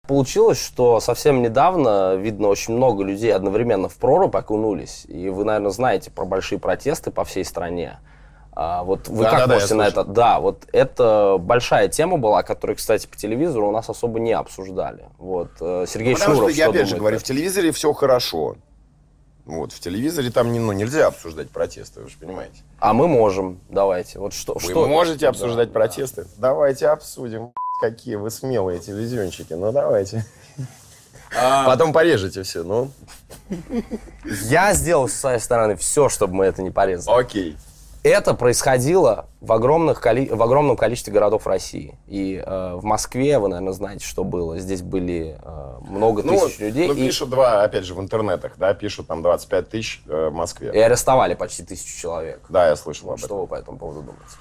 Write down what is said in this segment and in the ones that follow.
получилось, что совсем недавно, видно, очень много людей одновременно в прорубь окунулись. И вы, наверное, знаете про большие протесты по всей стране. Вот вы как можете на это... Да, вот это большая тема была, которую, кстати, по телевизору у нас особо не обсуждали. Вот. Сергей Шнуров, что я опять же говорю, в телевизоре все хорошо. Вот, в телевизоре там нельзя обсуждать протесты, вы же понимаете. А мы можем, давайте. Вот вы можете обсуждать протесты? Да. Давайте обсудим. Какие вы смелые телевизионщики, ну давайте. Потом порежете все, ну. Я сделал с своей стороны все, чтобы мы это не порезали. Окей. Это происходило в огромном количестве городов России. И в Москве, вы, наверное, знаете, что было. Здесь были много тысяч людей. Ну, пишут опять же, в интернетах, да, пишут там 25 тысяч в Москве. И арестовали почти 1000 человек. Да, я слышал об этом. Что вы по этому поводу думаете?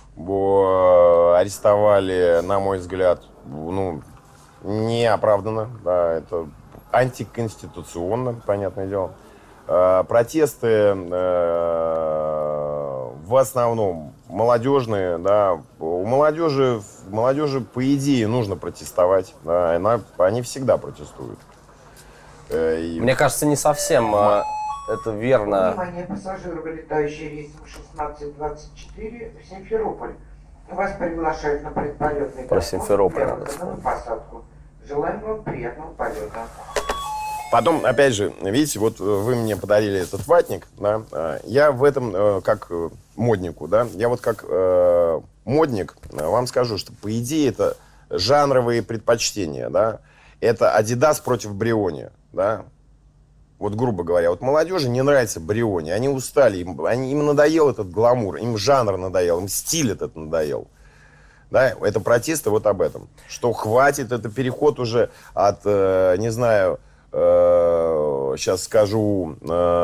Арестовали, на мой взгляд, неоправданно. Да, это антиконституционно, понятное дело. Протесты в основном молодежные, да. У молодежи, по идее, нужно протестовать. Да, они всегда протестуют. Мне кажется, не совсем это верно. Внимание, пассажиры, вылетающие рейсом 1624 в Симферополь. Вас приглашают на предполетный Про Симферополь надо на посадку. Желаем вам приятного полета. Потом, опять же, видите, вот вы мне подарили этот ватник, да, я в этом, как моднику, да, я вот как модник вам скажу, что, по идее, это жанровые предпочтения, да, это Adidas против Бриони, да, вот, грубо говоря, вот молодежи не нравится Бриони, они устали, им надоел этот гламур, им жанр надоел, им стиль этот надоел. Да, это протесты вот об этом, что хватит, это переход уже от, не знаю, сейчас скажу,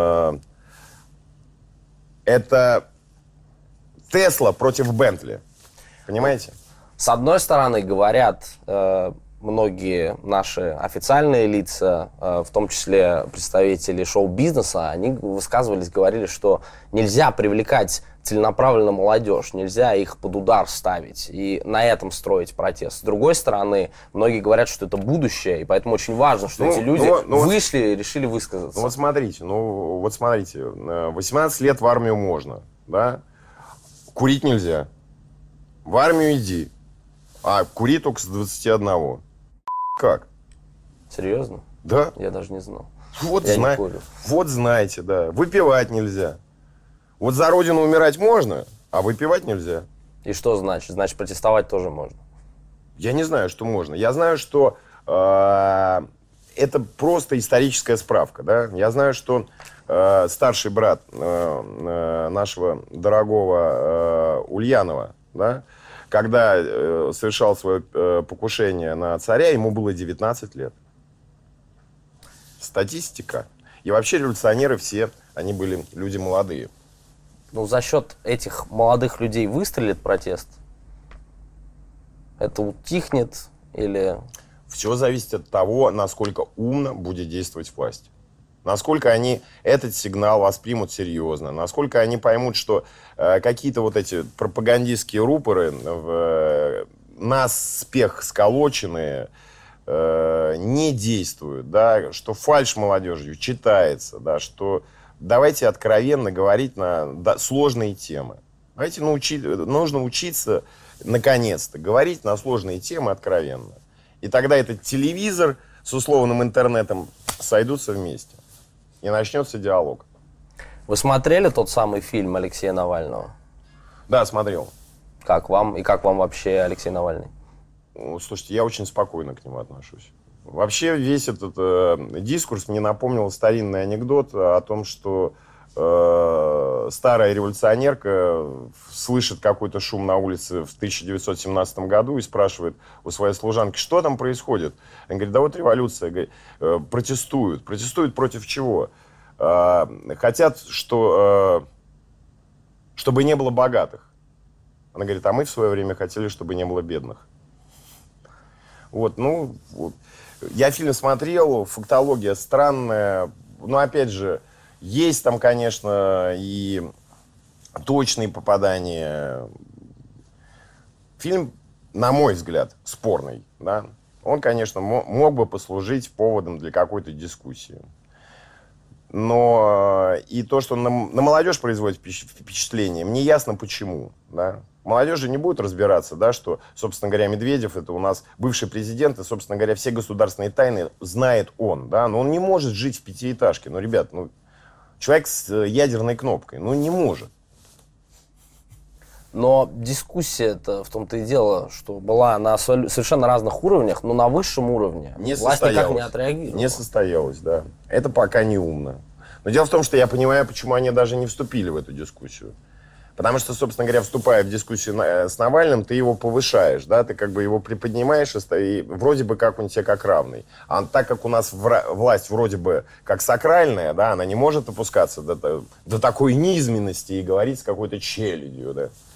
это Тесла против Бентли. Понимаете? С одной стороны, говорят многие наши официальные лица, в том числе представители шоу-бизнеса, они высказывались, говорили, что нельзя привлекать целенаправленно молодежь, нельзя их под удар ставить и на этом строить протест. С другой стороны, многие говорят, что это будущее, и поэтому очень важно, что эти люди вышли и решили высказаться. Вот смотрите, 18 лет в армию можно, да? Курить нельзя. В армию иди, а кури только с 21. Как? Серьезно? Да. Я даже не знал. Вот знаете, да. Выпивать нельзя. Вот за родину умирать можно, а выпивать нельзя. И что значит? Значит, протестовать тоже можно? Я не знаю, что можно. Я знаю, что это просто историческая справка. Да? Я знаю, что старший брат нашего дорогого Ульянова, да, когда совершал свое покушение на царя, ему было 19 лет. Статистика. И вообще революционеры все, они были люди молодые. Ну, за счет этих молодых людей выстрелит протест? Это утихнет или... Все зависит от того, насколько умно будет действовать власть. Насколько они этот сигнал воспримут серьезно. Насколько они поймут, что какие-то вот эти пропагандистские рупоры, наспех сколоченные, не действуют. Да, что фальшь молодежью читается. Да, что давайте откровенно говорить на сложные темы. Давайте нужно учиться, наконец-то, говорить на сложные темы откровенно. И тогда этот телевизор с условным интернетом сойдутся вместе. И начнется диалог. Вы смотрели тот самый фильм Алексея Навального? Да, смотрел. Как вам? И как вам вообще Алексей Навальный? Слушайте, я очень спокойно к нему отношусь. Вообще весь этот дискурс мне напомнил старинный анекдот о том, что старая революционерка слышит какой-то шум на улице в 1917 году и спрашивает у своей служанки, что там происходит. Она говорит, да вот революция. Говорит, протестуют. Протестуют против чего? Хотят, чтобы не было богатых. Она говорит, а мы в свое время хотели, чтобы не было бедных. Вот. Я фильм смотрел, фактология странная, но опять же, есть там, конечно, и точные попадания. Фильм, на мой взгляд, спорный, да? Он, конечно, мог бы послужить поводом для какой-то дискуссии. Но и то, что на молодежь производит впечатление, мне ясно почему. Да? Молодежь же не будет разбираться, да, что, собственно говоря, Медведев — это у нас бывший президент, и, собственно говоря, все государственные тайны знает он. Да? Но он не может жить в пятиэтажке. Ну, ребят, человек с ядерной кнопкой, не может. Но дискуссия-то в том-то и дело, что была на совершенно разных уровнях, но на высшем уровне власть никак не отреагировала. Не состоялось, да. Это пока не умно. Но дело в том, что я понимаю, почему они даже не вступили в эту дискуссию. Потому что, собственно говоря, вступая в дискуссию с Навальным, ты его повышаешь, да, ты как бы его приподнимаешь, и вроде бы как он тебе как равный. А так как у нас власть вроде бы как сакральная, да, она не может опускаться до такой низменности и говорить с какой-то челядью, да.